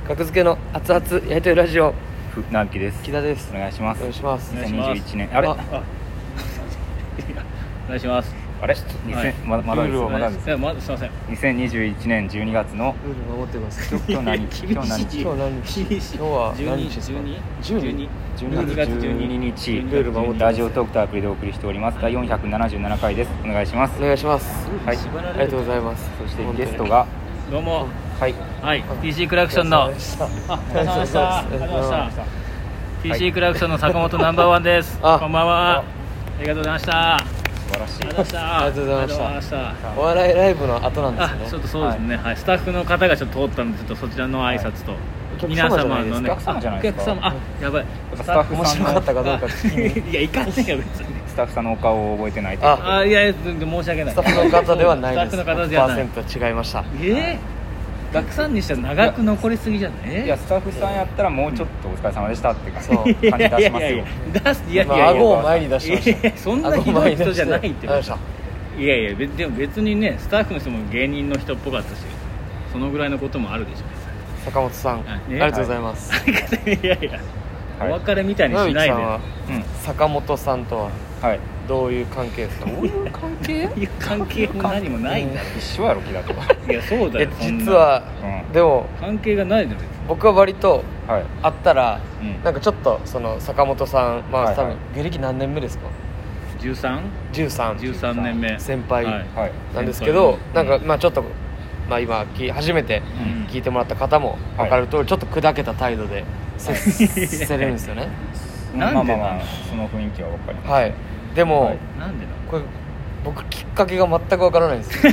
格付けの熱々焼いてるラジオ、 直樹です。 木田です。 お願いします。 お願いします。 2021年あれお願いします。 あれ、 はいまだルールをまだすいません。 2021年12月のルール守ってください。 今日何日今日何日今日は何日ですか。12 12月12 日ルール守ってラジオトークとアプリでお送りしております。第477回です。お願いします。 お願いします。 はい、 ありがとうございます。 そしてゲストがどうも。 はい、 TC クラクションのお疲れ様でしたお疲れ様でした。 お疲れ様でした。 TC クラクションの坂本ナンバーワンです。 あこんばんは。ありがとうございました。 素晴らしい。 ありがとうございました。 ありがとうございましたありがとうございました。 お笑いライブの後なんですよね。 ちょっとそうですね、はいスタッフの方がちょっと通ったので、ちょっとそちらの挨拶と、 お客皆様じゃな様のね、 いですか。 お客様じゃないですかお客様、やばい、 スタッフ面白かったかどうか聞きにいや、いかんねえよ別に。 スタッフさんのお顔を覚えてないということであいや申し訳ない。 スタッフの方ではないです。 スタッフの方ではない。 100% 違いました。 学さんにしては長く残りすぎじゃない？ いや、スタッフさんやったらもうちょっとお疲れ様でしたって感じそう感じ出しますよ。 出す、いやいまあやいや顎を前に出しました。 そんなひどい人じゃないって。 顎を前に出していやいや、でも別にね、スタッフの人も芸人の人っぽかったし、そのぐらいのこともあるでしょ。 坂本さん、ありがとうございます。 いやいや、 はいお別れみたいにしないで。 野口さんは坂本さんとははい、 どういう関係ですか。どういう関係？ いや関係も何もないんだろ。 一緒やろ、木田と。 いやそうだよ。そんな実は、 うんでも関係がないだろ。 僕は割とはい、 会ったら、 うんなんかちょっとその坂本さん、まあ、 はいはい多分芸歴何年目ですか。 13 13 年目先輩はいはい、 なんですけど、 先輩なんかまあちょっと、まあ、今初めてうん聞いてもらった方も分かる通り、ちょっと砕けた態度で接せれるんですよね。 なんでなのまあまあまあ、その雰囲気は分かります。 はい。でも、 はいなんでなの？ これ僕きっかけが全く分からないんですよ。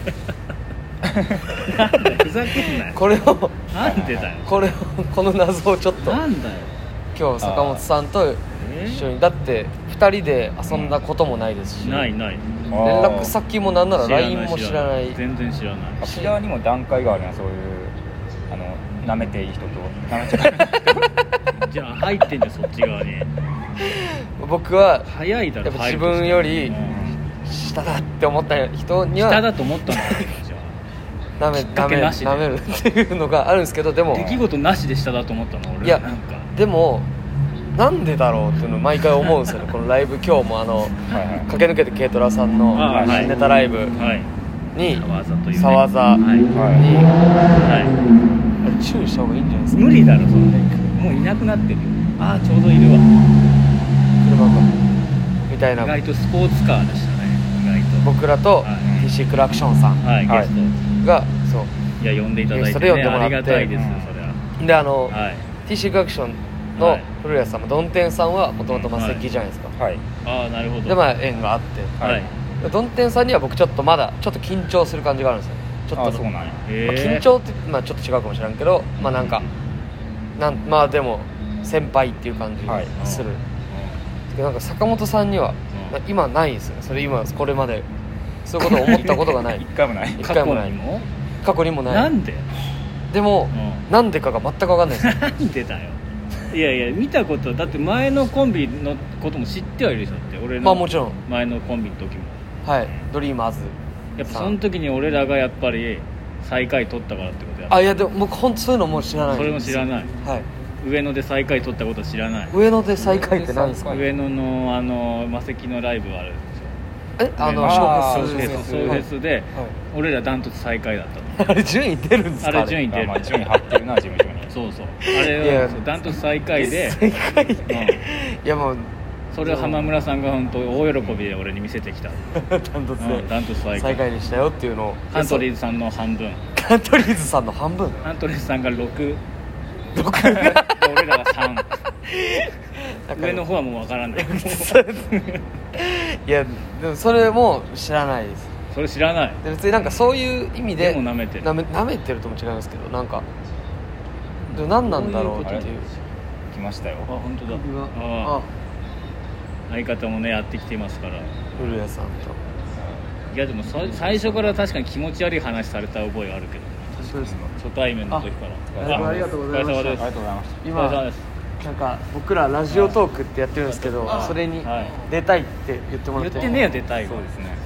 なんだよ、ふざけんなよ。 これをなんでだよ。 この謎をちょっとなんだよ。 今日坂本さんと一緒に、だって2人で遊んだこともないですし、 ない連絡先もなんなら LINE も知らない。 全然知らない。 芦屋にも段階があるな、そういう舐めていい人と舐めちゃダメじゃあ入ってんじゃん、そっち側に。 僕は早いだろ。 やっぱ自分よりうん下だって思った人には下だと思ったんだよ。じゃ舐きっかけなしでめるっていうのがあるんですけど、でもあ出来事なしで下だと思ったの俺。 いやなんかでもなんでだろうっていうのを毎回思うんですよね。このライブ、今日もはいはい駆け抜けて軽トラさんのあはいネタライブはい。 に沢座というね沢座はいにはあれ注意した方がいいんじゃないですい。 か。 無理だろそんな。もういなくなってるよ。ああちょうどいるわ。 車がみたいな意外とスポーツカーでしたね。意外と。 僕らとはい TC クラクションさんはいはいゲスト。 がそういや呼んでいただいゲストてね、 で呼んでもらってありがたいですよそれは。 ではい。 TC クラクションのはい古谷さんもドンテンさんはもともとマセキじゃないですか。 はいああなるほど。 でまあ縁があって、 はい。 ドンテンさんには僕ちょっとまだちょっと緊張する感じがあるんですよ。ちょっとあ、そうなんや。 まあ緊張って、まあ、ちょっと違うかもしれんけど、まあなんかまあでも先輩っていう感じがする、なんか坂本さんには、 うん今ないですよね。それ今これまでそういうことを思ったことがない一回もない。 一過回もない去にも過去にもない。 なんで？ でも、 うんなんでかが全く分かんないですよ。 なんでだよ。いやいや見たことだって前のコンビのことも知ってはいるでしょ。だって俺のまあもちろん前のコンビの時もはいドリーマーズやっぱその時に俺らがやっぱり最下位取ったからってことや。 あいやでも僕本当そういうのもう知らない。 それも知らない。 はい。 上野で最下位取ったことは知らない。 上野で最下位って何ですか。 上野の魔石のライブあるでしえあょ。 小フェスそうフェスで俺らダントツ最下位だったの。 あれ順位出るんですか。 あれ順位出るまあ順位張ってるな、事務所に。 そうそうあいれやはそうダントツ最下位で、 最下位うんいやもうそれを浜村さんが本当大喜びで俺に見せてきた。 ダントツでダントツ最下位。 最下位でしたよっていうのをカントリーズさんの半分。 カントリーズさんの半分カントリーズさんが6、 僕俺らが3。 なんか上の方はもう分からない。 いやでもそれも知らないです。 それ知らない。 で別になんかそういう意味ででも舐めてる舐めてるとも違いますけど、なんかでも何なんだろうっていう。 来ましたよ。 あ本当だ。 ああ相方もねやってきてますから。 古谷さんといやでも最初から確かに気持ち悪い話された覚えがあるけど、 そうですか。 初対面の時から。 だいぶありがとうございましたお疲れ様です。 ありがとうございました。 お疲れ様今です。 なんか僕らラジオトークってやってるんですけど、それにはい出たいって言ってもらって、 言ってねえよ出たいわ。 そうですね。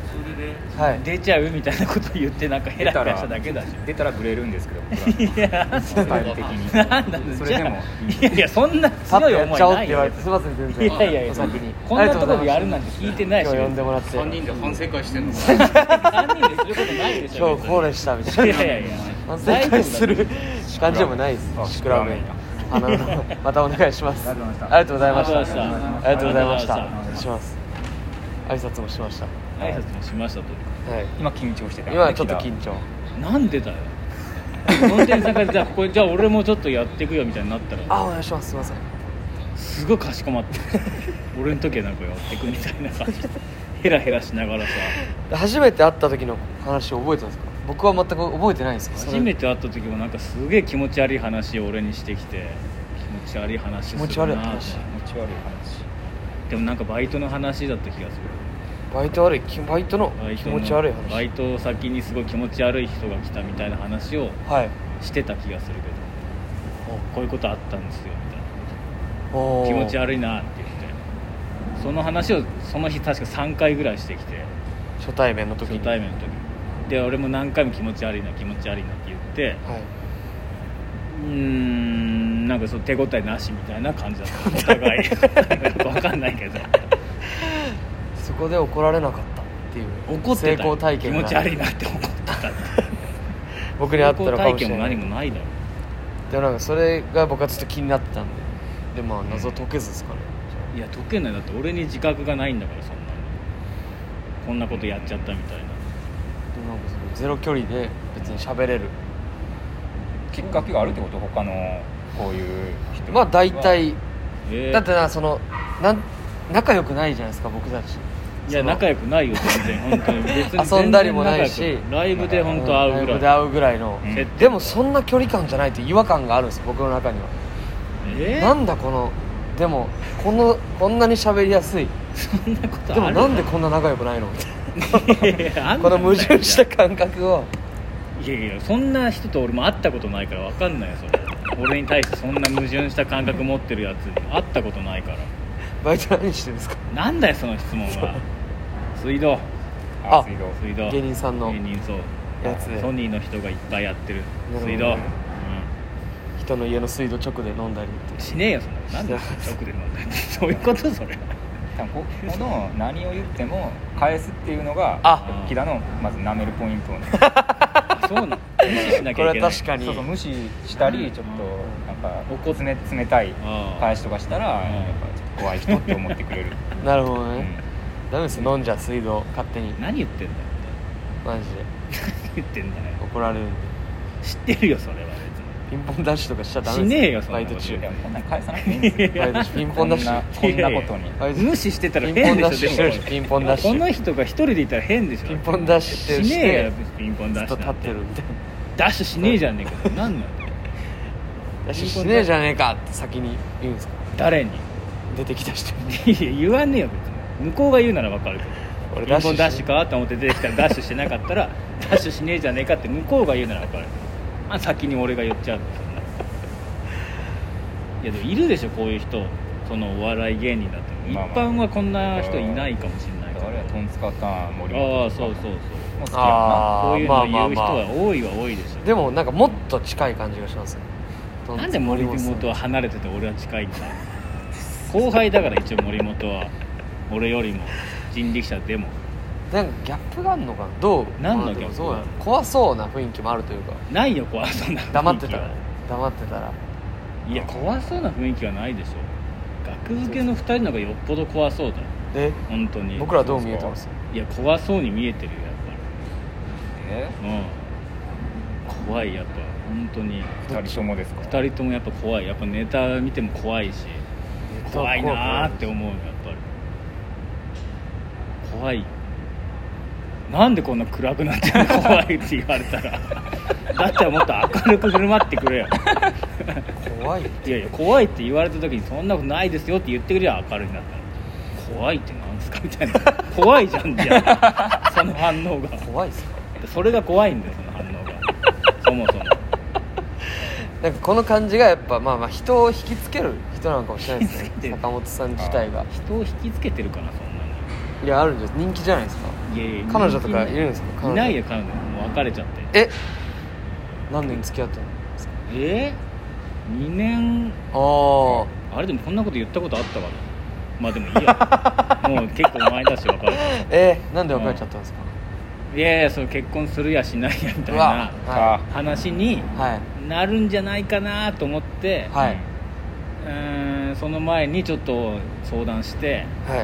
はい出ちゃうみたいなことを言ってなんかヘラヘラしただけだし出たらブレるんですけど僕いやはスタイル的になんだそれでもいやいやそんなさっと強いやっちゃおうっ思いないよて言われてすいません全然いやいやいやお先にこんなところでやるなんて聞いてないし今日呼んでもらって 3人で反省会してんの 3人ですることないでしょ今日こうでしたみたいないやいやいや反省会する感じでもないですあシクラメンまたお願いしますありがとうございましたありがとうございましたありがとうございましたありがとうございましたありがとうございましたします挨拶もしました挨拶もしましたとはい今緊張してた今はちょっと緊張なんでだよ運転手さんからじゃあ俺もちょっとやっていくよみたいになったらあお願いしますすいませんすごいかしこまって俺の時はなんかやっていくみたいな感じでヘラヘラしながらさ初めて会った時の話を覚えてますか？僕は全く覚えてないんですよ。 初めて会った時もなんかすげえ気持ち悪い話を俺にしてきて気持ち悪い話するな気持ち悪い話気持ち悪い話でもなんかバイトの話だった気がするバイトの気持ち悪い話。 バイト先にすごい気持ち悪い人が来たみたいな話をはい。 してた気がするけどこういうことあったんですよみたいなおー気持ち悪いなって言ってその話をその日確か3回ぐらいしてきて初対面の時に。 初対面の時で俺も何回も気持ち悪いな気持ち悪いなって言ってはい。 なんかそう手応えなしみたいな感じだったお互いよく分かんないけどそこで怒られなかったっていう怒ってた成功体験が気持ち悪いなって怒ってたって僕にあったのか成功体もしれない。 験も何もないだろでもなんかそれが僕はずっと気になってたんで、まあ謎解けずですかね。 いや解けないだって俺に自覚がないんだからそんなのこんなことやっちゃったみたいなでもなんかそのゼロ距離で別に喋れる。 きっかけがあるってこと他のこういう人まあ大体だっていな仲良くないじゃないですか僕たち。 や仲良くないよ全然本当に別に遊んだりもないし全然仲良くライブで本当会うぐらいライブで会うぐらいの、 うん接点でもそんな距離感じゃないって違和感があるんですよ僕の中には。なんだこのでもこんなに喋りやすいそんなことあるでもなんでこんな仲良くないのみたいいやいやあんなこなんだよの矛盾した感覚をいやいやそんな人と俺も会ったことないから分かんないよそれ俺に対してそんな矛盾した感覚持ってるやつに会ったことないからバイト何してるんですか？ なんだよその質問は水道あ水道水道芸人さんの芸人そうやつでソニーの人がいっぱいやってるなるほど水道、 人の家の水道直で飲んだりってしねえよそんななんで直で飲んだってそういうことそれ多分この何を言っても返すっていうのがあ木田のまず舐めるポイントそうなの無視しなきこれゃいけないは確かにそうそう無視したりちょっとなんか冷たい返しとかしたらやっぱちょっと怖い人って思ってくれる、 なるほどね、 うんダメですよ飲んじゃ水道勝手に何言ってんだよマジで何言ってんだよ怒られるんで知ってるよそれはピンポンダッシュとかしちゃダメですしねえよそんなことバイト中でもこんなに返さなくていいんですよバイト中ピンポンダッシュこんなことにバイト無視してたらピンポンダッ変でしょシュしてるしピンポンダッシこのュ人が一人でいたら変でしょピンポンダッシュってしねえよしてピンポンダッシュずっと立ってるみたいなダッシュしねえじゃねえか何なんだよダッシュしねえじゃねえかって先に言うんですか？ 誰に出てきた人いや言わねえよ別に向こうが言うなら分かるけど俺ピンポンダッシュかと思って出てきたらダッシュしてなかったらダッシュしねえじゃねえかって向こうが言うなら分かるまあ先に俺が言っちゃうんですよねいやでもいるでしょこういう人そのお笑い芸人だって一まあまあ般はこんな人いないかもしれないからあれはトンツカターン森あ本あそうそうそうも好きやあこういうまあの言う人まあまあは多いは多いでしょでもなんかもっと近い感じがしますよなんで森本は離れてて俺は近いんだ後輩だから一応森本は俺よりも人力車でもなんかギャップがあるのかなどう何のギャップそうや怖そうな雰囲気もあるというかないよ怖そうな雰囲気は黙ってたらいや怖そうな雰囲気はないでしょ学付けの2人の方がよっぽど怖そうだよで本当に僕らどう見えてます？ いや怖そうに見えてるよやっえぱりうん怖いやっぱ本当に二人ともですか 2人ともやっぱ怖いやっぱネタ見ても怖いし怖いなーって思うよやっぱり怖いなんでこんな暗くなってるの怖いって言われたらだったらもっと明るく振る舞ってくれよ怖いいやいや怖いって言われた時にそんなことないですよって言ってくれよ明るいになったら怖いってなんですかみたいな怖いじゃんじゃんその反応が怖いっすか？ それが怖いんだよその反応がそもそもなんかこの感じがやっぱまあまあ人を引きつける人なのかもしれないですね引きつけてる坂本さん自体が人を引きつけてるかなそんないやあるんです人気じゃないですか。 いやいや彼女とかいるんですか。彼女いないよ彼女。もう別れちゃって。 何年付き合ったんですか。 2年。あれでもこんなこと言ったことあったかな。まあでもいいやもう結構前だし別れた。 なんで別れちゃったんですか。 いやいやその結婚するやしないやみたいな話になるんじゃないかなと思って、 はい、 その前にちょっと相談して、 はい、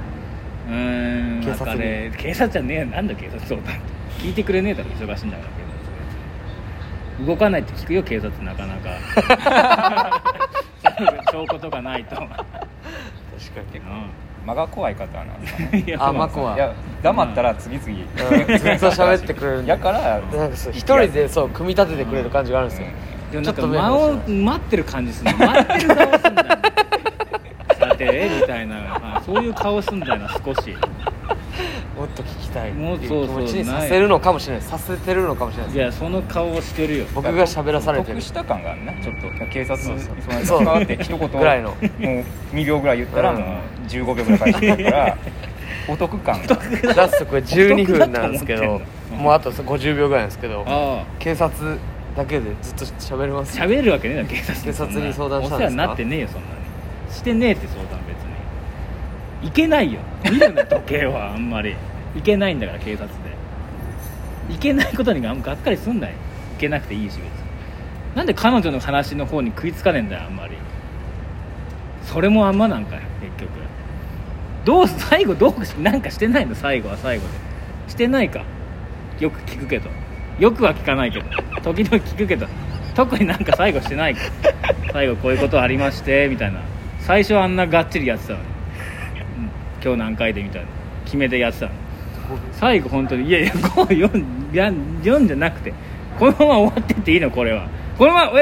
警察じゃねえなんだ警察相談聞いてくれねえだろ忙しいんだから警察動かないって聞くよ警察なかなか証拠とかないと確かに、間が怖い方なんですかね。 間怖い。いや黙ったら次々、ずっと喋ってくれるんで。 やからなんか一人でそう組み立ててくれる感じがあるんですよ。 でもなんか間を待ってる感じするの。待ってる顔すんだよ。さてみたいな、そういう顔すんだよな少し。 もっと聞きたいっていう気持ちにさせるのかもしれない。させてるのかもしれない。 いやその顔をしてるよ。 僕が喋らされてる。 得した感があるな。ちょっと警察のそのって一言ぐらいのもう 2秒ぐらい言ったらもう15秒ぐらい返してくるからお得感が。 ラストこれ12分なんですけど、もうあと50秒ぐらいなんですけど、警察だけでずっと喋れます。 喋るわけねえだ警察に相談したんですか。 お世話になってねえよそんなに。してねえって相談別に。いけないよ。見るな時計はあんまり。いけないんだから警察で。いけないことにがっかりすんなよ。いけなくていいし別に。なんで彼女の話の方に食いつかねえんだよあんまり。それもあんまなんかよ結局。最後なんかしてないの最後は最後で。してないか。よく聞くけど。よくは聞かないけど。時々聞くけど。特になんか最後してないか。最後こういうことありましてみたいな。最初はあんながっちりやってたのに。今日何回でみたいな。決めでやってたの。最後本当にいやいや4じゃなくてこのまま終わってっていいのこれはこのまま